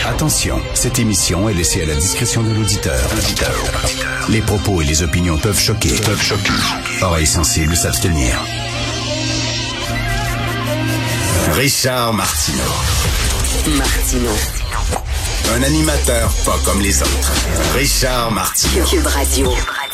Attention, cette émission est laissée à la discrétion de l'auditeur. Les propos et les opinions peuvent choquer. Oreilles sensibles s'abstenir. Richard Martineau. Un animateur pas comme les autres. Richard Martineau. Cube Radio.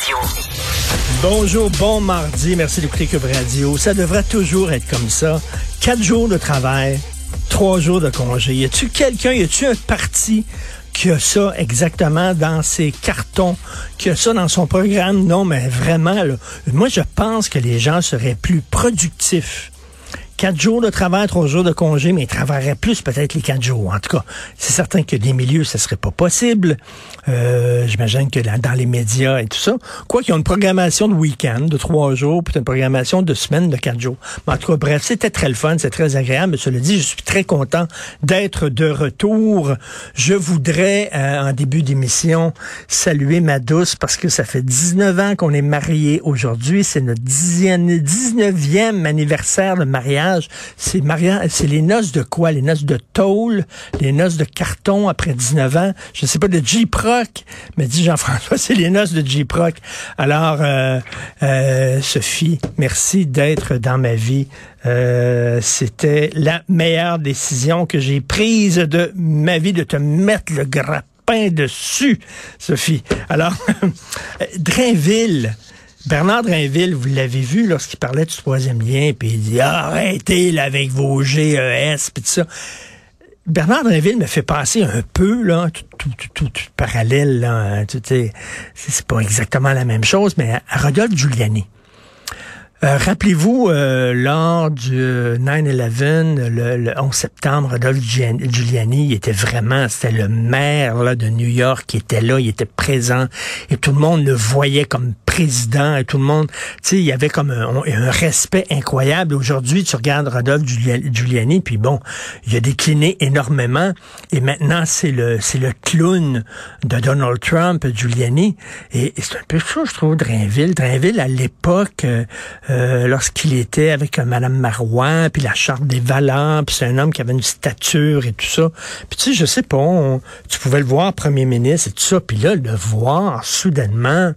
Bonjour, bon mardi. Merci d'écouter Cube Radio. Ça devrait toujours être comme ça. 4 jours de travail, 3 jours de congé. Y a-tu quelqu'un, y a-tu un parti qui a ça exactement dans ses cartons, qui a ça dans son programme? Non, mais vraiment, là, moi, je pense que les gens seraient plus productifs. 4 jours de travail, 3 jours de congé, mais ils travailleraient plus peut-être les 4 jours. En tout cas, c'est certain que des milieux, ça serait pas possible. J'imagine que dans les médias et tout ça. Quoi qu'ils ont une programmation de week-end de 3 jours, puis une programmation de semaine de 4 jours. Mais en tout cas, bref, c'était très le fun, c'est très agréable. Mais cela dit, je suis très content d'être de retour. Je voudrais, en début d'émission, saluer ma douce parce que ça fait 19 ans qu'on est mariés aujourd'hui. C'est notre 19e anniversaire de mariage. C'est les noces de quoi? Les noces de tôle, les noces de carton après 19 ans. Je sais pas, de J-Proc, mais dit Jean-François, c'est les noces de J-Proc. Alors, Sophie, merci d'être dans ma vie. C'était la meilleure décision que j'ai prise de ma vie, de te mettre le grappin dessus, Sophie. Alors, Drainville. Bernard Drainville, vous l'avez vu lorsqu'il parlait du troisième lien, puis il dit arrêtez là, avec vos GES, puis tout ça. Bernard Drainville me fait passer un peu, là, tout parallèle, là, c'est pas exactement la même chose, mais à Rodolphe Giuliani. Rappelez-vous, lors du 9/11, le 11 septembre, Rodolphe Giuliani, c'était le maire là, de New York qui était là, il était présent, et tout le monde le voyait comme président, et tout le monde, il y avait comme un respect incroyable. Aujourd'hui, tu regardes Rodolphe Giuliani, puis bon, il a décliné énormément, et maintenant, c'est le clown de Donald Trump, Giuliani, et c'est un peu ça, je trouve, Drainville. Drainville, à l'époque, lorsqu'il était avec Madame Marois, puis la Charte des valeurs, puis c'est un homme qui avait une stature et tout ça. Puis tu sais, je sais pas, tu pouvais le voir premier ministre et tout ça, puis là, le voir soudainement,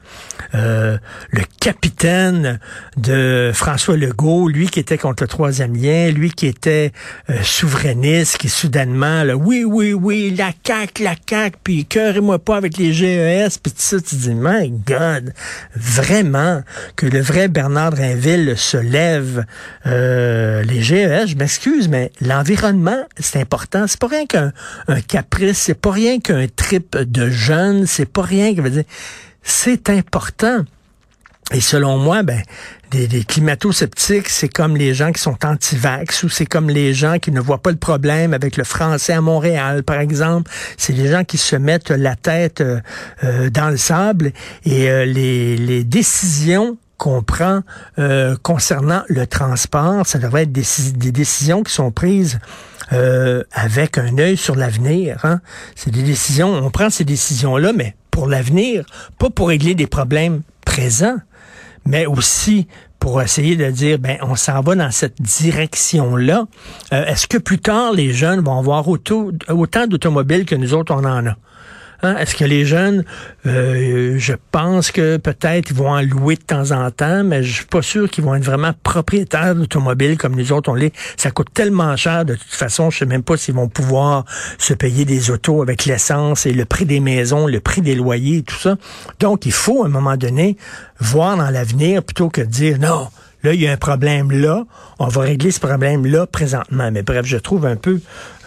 le capitaine de François Legault, lui qui était contre le troisième lien, lui qui était souverainiste, qui soudainement, là, oui, la CAQ, puis cœurez-moi pas avec les GES, puis tout ça, tu dis, my God, vraiment, que le vrai Bernard Drainville se lève, les GES, je m'excuse, mais l'environnement, c'est important. C'est pas rien qu'un caprice, c'est pas rien qu'un trip de jeunes, c'est pas rien qui veut dire, c'est important. Et selon moi, des climato-sceptiques, c'est comme les gens qui sont anti-vax, ou c'est comme les gens qui ne voient pas le problème avec le français à Montréal, par exemple. C'est les gens qui se mettent la tête dans le sable, et les décisions qu'on prend concernant le transport, ça devrait être des décisions qui sont prises avec un œil sur l'avenir. Hein? C'est des décisions, on prend ces décisions-là, mais pour l'avenir, pas pour régler des problèmes présents, mais aussi pour essayer de dire, on s'en va dans cette direction-là. Est-ce que plus tard, les jeunes vont avoir autant d'automobiles que nous autres, on en a? Hein? Est-ce que les jeunes, je pense que peut-être ils vont en louer de temps en temps, mais je suis pas sûr qu'ils vont être vraiment propriétaires d'automobiles comme nous autres on l'est. Ça coûte tellement cher de toute façon, je sais même pas s'ils vont pouvoir se payer des autos avec l'essence et le prix des maisons, le prix des loyers et tout ça. Donc il faut à un moment donné voir dans l'avenir plutôt que de dire non. Là, il y a un problème là, on va régler ce problème-là présentement. Mais bref, je trouve un peu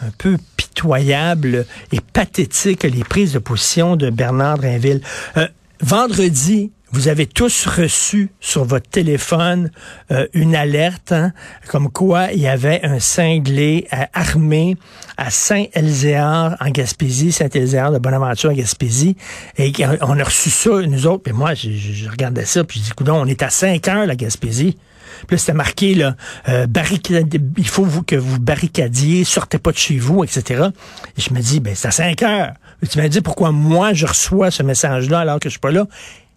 pitoyable et pathétique les prises de position de Bernard Drainville. Vendredi, vous avez tous reçu sur votre téléphone une alerte, comme quoi il y avait un cinglé armé à Saint-Elzéar en Gaspésie, Saint-Elzéar de Bonaventure en Gaspésie, et on a reçu ça, nous autres, puis moi, je regardais ça, puis je dis, coudonc, on est à 5 heures, la Gaspésie. Puis là, c'était marqué, là, il faut que vous barricadiez, sortez pas de chez vous, etc. Et je me dis, c'est à 5 heures. Et tu m'as dit pourquoi moi, je reçois ce message-là alors que je suis pas là.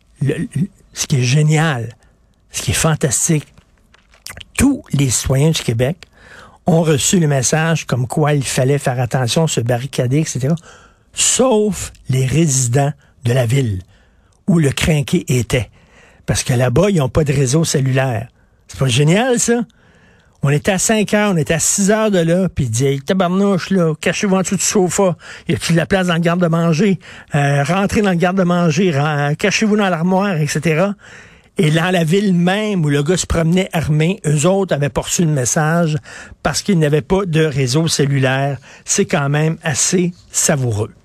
Ce qui est génial, ce qui est fantastique, tous les citoyens du Québec ont reçu le message comme quoi il fallait faire attention, se barricader, etc. Sauf les résidents de la ville où le crinqué était. Parce que là-bas, ils n'ont pas de réseau cellulaire. C'est pas génial, ça? On était à 5 heures, on était à 6 heures de là, puis il dit, hey, tabarnouche, là, cachez-vous en dessous du sofa. Y a-t-il de la place dans le garde-manger? Rentrez dans le garde-manger, cachez-vous dans l'armoire, etc. Et dans la ville même où le gars se promenait armé, eux autres avaient pas reçu le message parce qu'ils n'avaient pas de réseau cellulaire. C'est quand même assez savoureux.